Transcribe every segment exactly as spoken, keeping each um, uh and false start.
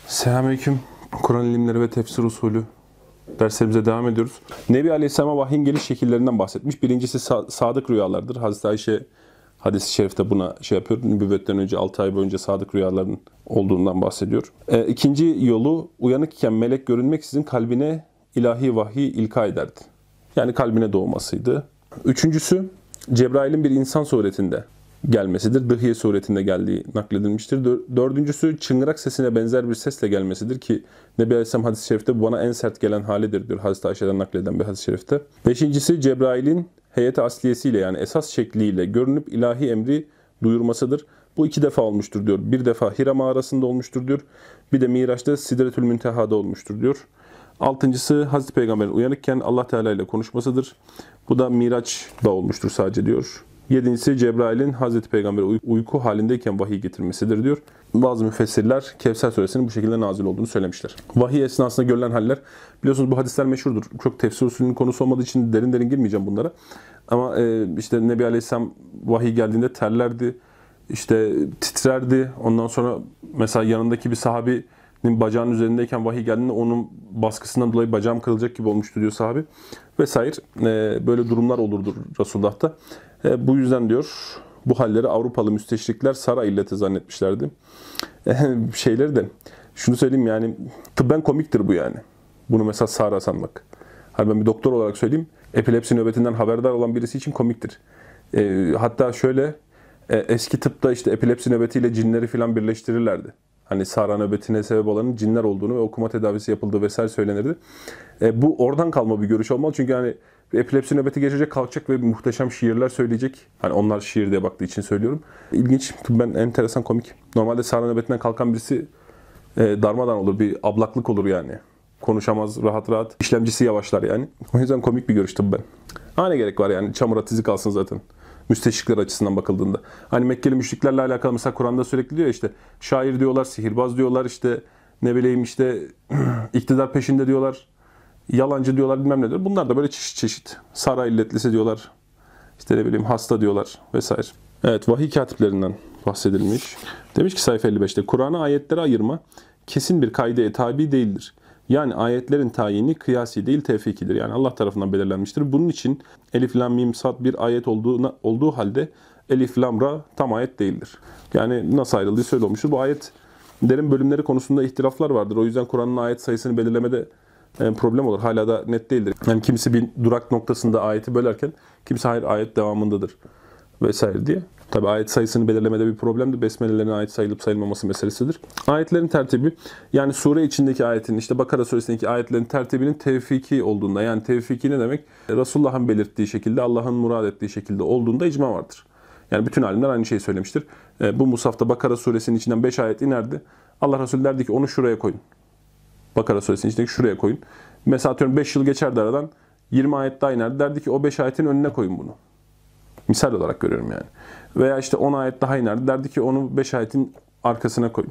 Selamünaleyküm. Kur'an ilimleri ve tefsir usulü derslerimize devam ediyoruz. Nebi Aleyhisselam'a vahyin geliş şekillerinden bahsetmiş. Birincisi sa- sadık rüyalardır. Hazreti Ayşe hadis-i şerifte buna şey yapıyor. Nübüvvetten önce altı ay boyunca sadık rüyaların olduğundan bahsediyor. E, ikinci yolu uyanık iken melek görünmeksizin kalbine ilahi vahyi ilka ederdi. Yani kalbine doğmasıydı. Üçüncüsü Cebrail'in bir insan suretinde gelmesidir. Dıhiye suretinde geldiği nakledilmiştir. Dördüncüsü çıngırak sesine benzer bir sesle gelmesidir ki Nebi Aleyhisselam hadis-i şerifte bu bana en sert gelen halidir diyor Hazreti Ayşe'den nakleden bir hadis-i şerifte. Beşincisi Cebrail'in heyeti asliyesiyle yani esas şekliyle görünüp ilahi emri duyurmasıdır. Bu iki defa olmuştur diyor. Bir defa Hira mağarasında olmuştur diyor. Bir de Miraç'ta Sidretül Münteha'da olmuştur diyor. Altıncısı Hazreti Peygamber'in uyanıkken Allah Teala ile konuşmasıdır. Bu da Miraç'da olmuştur sadece diyor. Yedincisi Cebrail'in Hazreti Peygamber'e uyku halindeyken vahiy getirmesidir diyor. Bazı müfessirler Kevser suresinin bu şekilde nazil olduğunu söylemişler. Vahiy esnasında görülen haller, biliyorsunuz bu hadisler meşhurdur. Çok tefsir usulünün konusu olmadığı için derin derin girmeyeceğim bunlara. Ama e, işte Nebi Aleyhisselam vahiy geldiğinde terlerdi, işte titrerdi. Ondan sonra mesela yanındaki bir sahabinin bacağının üzerindeyken vahiy geldiğinde onun baskısından dolayı bacağım kırılacak gibi olmuştu diyor sahabi. Vesaire e, böyle durumlar olurdu Resulullah'ta. E, bu yüzden diyor bu halleri Avrupalı müsteşrikler Sara illeti zannetmişlerdi. E, şeyleri de şunu söyleyeyim yani tıbben komiktir bu yani. Bunu mesela Sara sanmak. Hani ben bir doktor olarak söyleyeyim. Epilepsi nöbetinden haberdar olan birisi için komiktir. E, hatta şöyle e, eski tıpta işte epilepsi nöbetiyle cinleri falan birleştirirlerdi. Hani Sara nöbetine sebep olanın cinler olduğunu ve okuma tedavisi yapıldığı vesaire söylenirdi. E, bu oradan kalma bir görüş olmalı. Çünkü hani epilepsi nöbeti geçecek, kalkacak ve muhteşem şiirler söyleyecek. Hani onlar şiir diye baktığı için söylüyorum. İlginç, ben enteresan, komik. Normalde Sara nöbetinden kalkan birisi e, darmadan olur, bir ablaklık olur yani. Konuşamaz rahat rahat, işlemcisi yavaşlar yani. O yüzden komik bir görüş tıbben. Ha ne gerek var yani, çamura tizi kalsın zaten. Müsteşrikler açısından bakıldığında. Hani Mekkeli müşriklerle alakalı mesela Kur'an'da sürekli diyor işte şair diyorlar, sihirbaz diyorlar, işte ne bileyim işte iktidar peşinde diyorlar, yalancı diyorlar, bilmem ne diyor. Bunlar da böyle çeşit çeşit. Sara illetlisi diyorlar, işte ne bileyim hasta diyorlar vesaire. Evet, vahiy katiplerinden bahsedilmiş. Demiş ki sayfa elli beşte Kur'an'a ayetlere ayırma kesin bir kaideye tabi değildir. Yani ayetlerin tayini kıyasi değil tevfikidir. Yani Allah tarafından belirlenmiştir. Bunun için Elif, Lam, Mim, Sad bir ayet olduğuna, olduğu halde Elif, Lam, Ra tam ayet değildir. Yani nasıl ayrıldığı söyle olmuştur. Bu ayetlerin bölümleri konusunda ihtilaflar vardır. O yüzden Kur'an'ın ayet sayısını belirlemede problem olur. Hala da net değildir. Yani kimisi bir durak noktasında ayeti bölerken kimisi hayır ayet devamındadır vesaire diye. Tabi ayet sayısını belirlemede bir problemdir. Besmelelerin ayet sayılıp sayılmaması meselesidir. Ayetlerin tertibi yani sure içindeki ayetin işte Bakara suresindeki ayetlerin tertibinin tevfiki olduğunda, yani tevfiki ne demek? Resulullah'ın belirttiği şekilde, Allah'ın murad ettiği şekilde olduğunda icma vardır. Yani bütün alimler aynı şeyi söylemiştir. Bu Musaf'ta Bakara suresinin içinden beş ayet inerdi. Allah Resulü derdi ki onu şuraya koyun. Bakara suresinin içindeki şuraya koyun. Mesela atıyorum beş yıl geçerdi aradan, yirmi ayet daha inerdi. Derdi ki o beş ayetin önüne koyun bunu. Misal olarak görüyorum yani. Veya işte on ayet daha inerdi. Derdi ki onu beş ayetin arkasına koyun.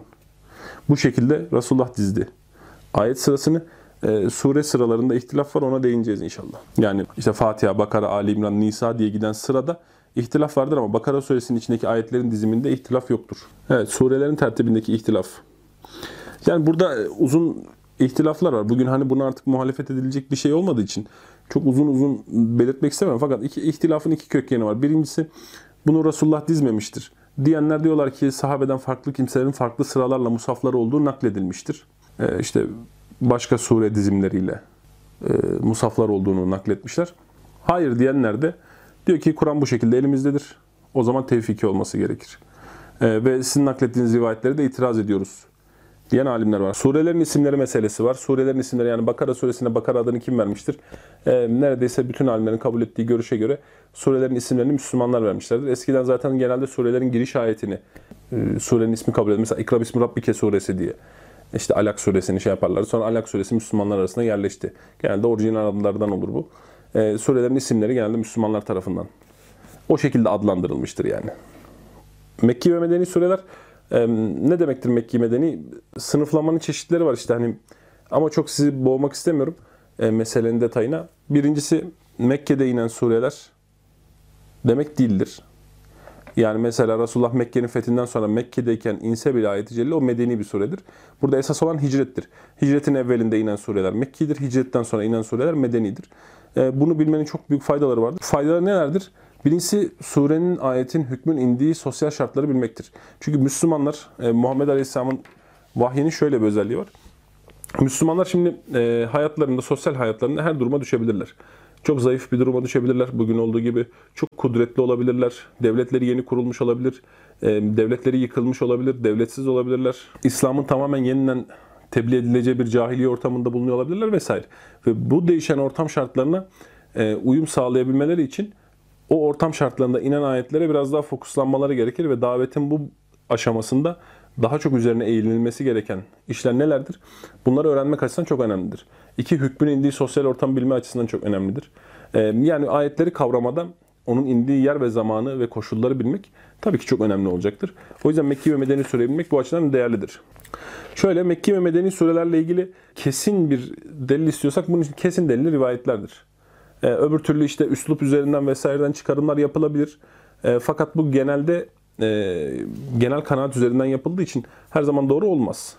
Bu şekilde Resulullah dizdi ayet sırasını. E, sure sıralarında ihtilaf var, ona değineceğiz inşallah. Yani işte Fatiha, Bakara, Ali İmran, Nisa diye giden sırada ihtilaf vardır ama Bakara suresinin içindeki ayetlerin diziminde ihtilaf yoktur. Evet, surelerin tertibindeki ihtilaf. Yani burada uzun ihtilaflar var. Bugün hani buna artık muhalefet edilecek bir şey olmadığı için çok uzun uzun belirtmek istemiyorum. Fakat iki, ihtilafın iki kökeni var. Birincisi bunu Resulullah dizmemiştir. Diyenler diyorlar ki sahabeden farklı kimselerin farklı sıralarla musafları olduğu nakledilmiştir. Ee, işte başka sure dizimleriyle e, musaflar olduğunu nakletmişler. Hayır diyenler de diyor ki Kur'an bu şekilde elimizdedir. O zaman tevfiki olması gerekir. Ee, ve sizin naklettiğiniz rivayetlere de itiraz ediyoruz diyen alimler var. Surelerin isimleri meselesi var. Surelerin isimleri, yani Bakara suresine Bakara adını kim vermiştir? Ee, neredeyse bütün alimlerin kabul ettiği görüşe göre surelerin isimlerini Müslümanlar vermişlerdir. Eskiden zaten genelde surelerin giriş ayetini, e, surenin ismi kabul edilir. Mesela İkra Bismi Rabbike suresi diye. İşte Alak suresini şey yaparlar. Sonra Alak suresi Müslümanlar arasında yerleşti. Genelde orijinal adlardan olur bu. Ee, surelerin isimleri genelde Müslümanlar tarafından o şekilde adlandırılmıştır yani. Mekki ve Medeni sureler Ee, ne demektir Mekki Medeni? Sınıflamanın çeşitleri var işte hani, ama çok sizi boğmak istemiyorum e, meselenin detayına. Birincisi Mekke'de inen sureler demek değildir. Yani mesela Resulullah Mekke'nin fethinden sonra Mekke'deyken inse bir ayet-i celle o medeni bir suredir. Burada esas olan hicrettir. Hicretin evvelinde inen sureler Mekki'dir. Hicretten sonra inen sureler medenidir. Bunu bilmenin çok büyük faydaları vardır. Faydaları nelerdir? Birincisi surenin, ayetin, hükmün indiği sosyal şartları bilmektir. Çünkü Müslümanlar, Muhammed Aleyhisselam'ın vahyinin şöyle bir özelliği var. Müslümanlar şimdi hayatlarında, sosyal hayatlarında her duruma düşebilirler. Çok zayıf bir duruma düşebilirler. Bugün olduğu gibi çok kudretli olabilirler. Devletleri yeni kurulmuş olabilir. Devletleri yıkılmış olabilir. Devletsiz olabilirler. İslam'ın tamamen yeniden tebliğ edileceği bir cahiliye ortamında bulunuyor olabilirler vesaire. Ve bu değişen ortam şartlarına uyum sağlayabilmeleri için o ortam şartlarında inen ayetlere biraz daha fokuslanmaları gerekir ve davetin bu aşamasında daha çok üzerine eğilinmesi gereken işler nelerdir? Bunları öğrenmek açısından çok önemlidir. İki, hükmün indiği sosyal ortam bilme açısından çok önemlidir. Yani ayetleri kavramada onun indiği yer ve zamanı ve koşulları bilmek tabii ki çok önemli olacaktır. O yüzden Mekki ve Medeni Sure'yi bilmek bu açıdan değerlidir. Şöyle, Mekki ve Medeni Surelerle ilgili kesin bir delil istiyorsak bunun için kesin delili rivayetlerdir. Ee, öbür türlü işte üslup üzerinden vesaireden çıkarımlar yapılabilir. Ee, fakat bu genelde e, genel kanaat üzerinden yapıldığı için her zaman doğru olmaz.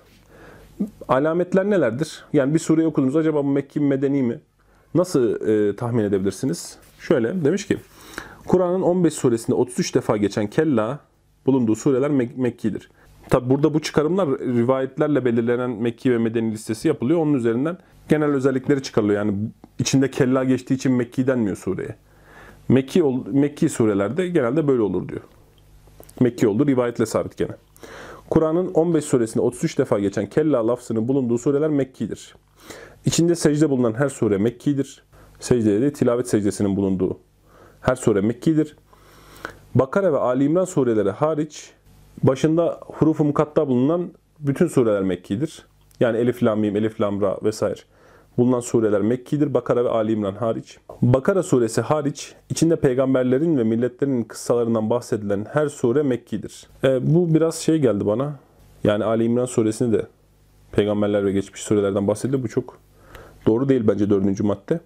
Alametler nelerdir? Yani bir sureyi okudunuz, acaba bu Mekki mi Medeni mi? Nasıl e, tahmin edebilirsiniz? Şöyle demiş ki, Kur'an'ın on beş suresinde otuz üç defa geçen kella bulunduğu sureler Mek- Mekki'dir. Tabi burada bu çıkarımlar rivayetlerle belirlenen Mekki ve Medeni listesi yapılıyor. Onun üzerinden genel özellikleri çıkarılıyor. Yani içinde kella geçtiği için Mekki denmiyor sureye. Mekki, Mekki surelerde genelde böyle olur diyor. Mekki oldu, rivayetle sabit gene. Kur'an'ın on beş suresinde otuz üç defa geçen kella lafzının bulunduğu sureler Mekki'dir. İçinde secde bulunan her sure Mekki'dir. Secdede de tilavet secdesinin bulunduğu her sure Mekki'dir. Bakara ve Ali İmran sureleri hariç başında hurufu mukatta bulunan bütün sureler Mekki'dir. Yani Elif, Lam, Mim, Elif, Lam, Ra vesaire bulunan sureler Mekki'dir. Bakara ve Ali İmran hariç. Bakara suresi hariç içinde peygamberlerin ve milletlerin kıssalarından bahsedilen her sure Mekki'dir. E, bu biraz şey geldi bana. Yani Ali İmran suresini de peygamberler ve geçmiş surelerden bahsediliyor. Bu çok doğru değil bence dördüncü madde.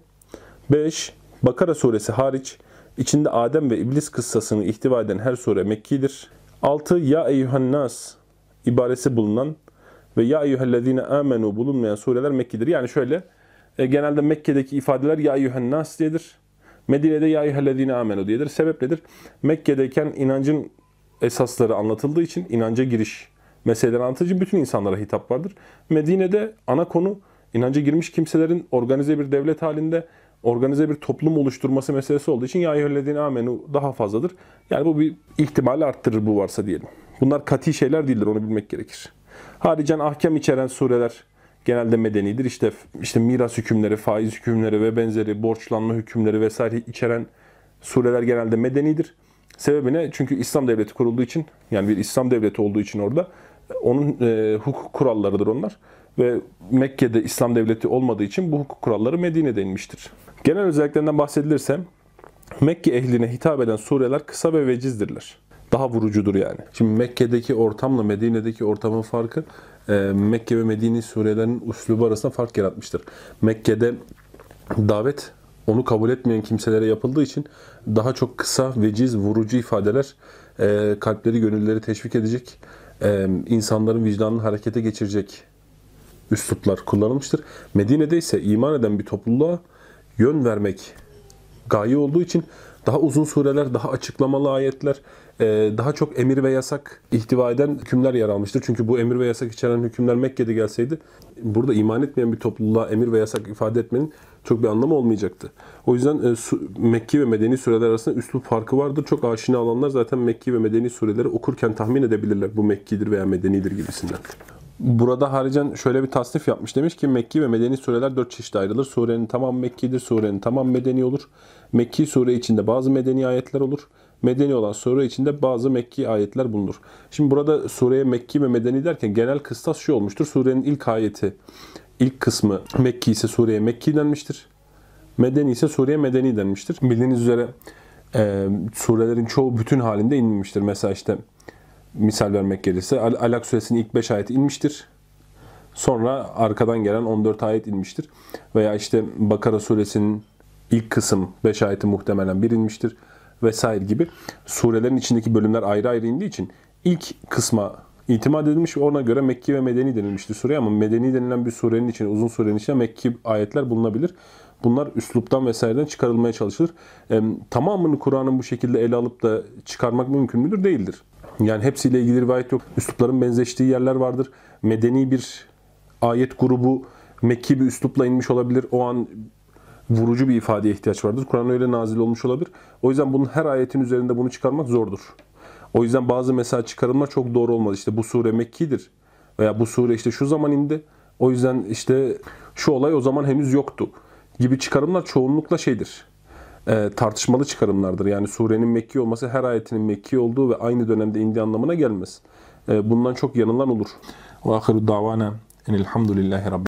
beş. Bakara suresi hariç içinde Adem ve İblis kıssasını ihtiva eden her sure Mekki'dir. altı. Ya eyyühennas ibaresi bulunan ve ya eyyühellezine amenu bulunmayan sureler Mekki'dir. Yani şöyle, e, genelde Mekke'deki ifadeler ya eyyühennas diyedir. Medine'de ya eyyühellezine amenu diyedir. Sebep nedir? Mekke'deyken inancın esasları anlatıldığı için, inanca giriş meseleleri anlatıcı için bütün insanlara hitap vardır. Medine'de ana konu inanca girmiş kimselerin organize bir devlet halinde organize bir toplum oluşturması meselesi olduğu için ya eyyühellezine amenu daha fazladır. Yani bu bir ihtimali arttırır bu varsa diyelim. Bunlar kati şeyler değildir, onu bilmek gerekir. Haricen ahkam içeren sureler genelde medenidir. İşte işte miras hükümleri, faiz hükümleri ve benzeri borçlanma hükümleri vesaire içeren sureler genelde medenidir. Sebebi ne? Çünkü İslam devleti kurulduğu için, yani bir İslam devleti olduğu için orada onun e, hukuk kurallarıdır onlar. Ve Mekke'de İslam devleti olmadığı için bu hukuk kuralları Medine'de inmiştir. Genel özelliklerinden bahsedilirse Mekke ehline hitap eden sureler kısa ve vecizdirler. Daha vurucudur yani. Şimdi Mekke'deki ortamla Medine'deki ortamın farkı e, Mekke ve Medine surelerinin üslubu arasında fark yaratmıştır. Mekke'de davet onu kabul etmeyen kimselere yapıldığı için daha çok kısa, veciz, vurucu ifadeler e, kalpleri, gönülleri teşvik edecek, e, insanların vicdanını harekete geçirecek üsluplar kullanılmıştır. Medine'de ise iman eden bir topluluğa yön vermek gaye olduğu için daha uzun sureler, daha açıklamalı ayetler, daha çok emir ve yasak ihtiva eden hükümler yer almıştır. Çünkü bu emir ve yasak içeren hükümler Mekke'de gelseydi, burada iman etmeyen bir topluluğa emir ve yasak ifade etmenin çok bir anlamı olmayacaktı. O yüzden Mekki ve Medeni sureler arasında üslup farkı vardır. Çok aşina olanlar zaten Mekki ve Medeni sureleri okurken tahmin edebilirler. Bu Mekkidir veya Medenidir gibisinden. Burada haricen şöyle bir tasnif yapmış. Demiş ki Mekki ve Medeni sureler dört çeşit ayrılır. Surenin tamamı Mekki'dir, surenin tamamı Medeni olur. Mekki sure içinde bazı Medeni ayetler olur. Medeni olan sure içinde bazı Mekki ayetler bulunur. Şimdi burada sureye Mekki ve Medeni derken genel kıstas şu olmuştur. Surenin ilk ayeti, ilk kısmı Mekki ise sureye Mekki denmiştir. Medeni ise sureye Medeni denmiştir. Bildiğiniz üzere e, surelerin çoğu bütün halinde inmiştir. Mesela işte misal vermek gerekirse Alak suresinin ilk beş ayeti inmiştir. Sonra arkadan gelen on dört ayet inmiştir. Veya işte Bakara suresinin ilk kısım beş ayeti muhtemelen bir inmiştir. vesaire gibi surelerin içindeki bölümler ayrı ayrı indiği için ilk kısma itimat edilmiş ve ona göre Mekki ve Medeni denilmiştir sureye, ama Medeni denilen bir surenin içinde, uzun surenin içinde Mekki ayetler bulunabilir. Bunlar üsluptan vesaireden çıkarılmaya çalışılır. E, tamamını Kur'an'ın bu şekilde ele alıp da çıkarmak mümkün müdür? Değildir. Yani hepsiyle ilgili rivayet yok. Üslupların benzeştiği yerler vardır. Medeni bir ayet grubu Mekki bir üslupla inmiş olabilir. O an vurucu bir ifadeye ihtiyaç vardır. Kur'an öyle nazil olmuş olabilir. O yüzden bunun her ayetin üzerinde bunu çıkarmak zordur. O yüzden bazı mesela çıkarımlar çok doğru olmaz. İşte bu sure Mekki'dir. Veya bu sure işte şu zaman indi. O yüzden işte şu olay o zaman henüz yoktu gibi çıkarımlar çoğunlukla şeydir. E, tartışmalı çıkarımlardır. Yani surenin Mekki olması her ayetinin Mekki olduğu ve aynı dönemde indiği anlamına gelmez. E, bundan çok yanılan olur. Ve ahiru davana enelhamdülillahi rabbil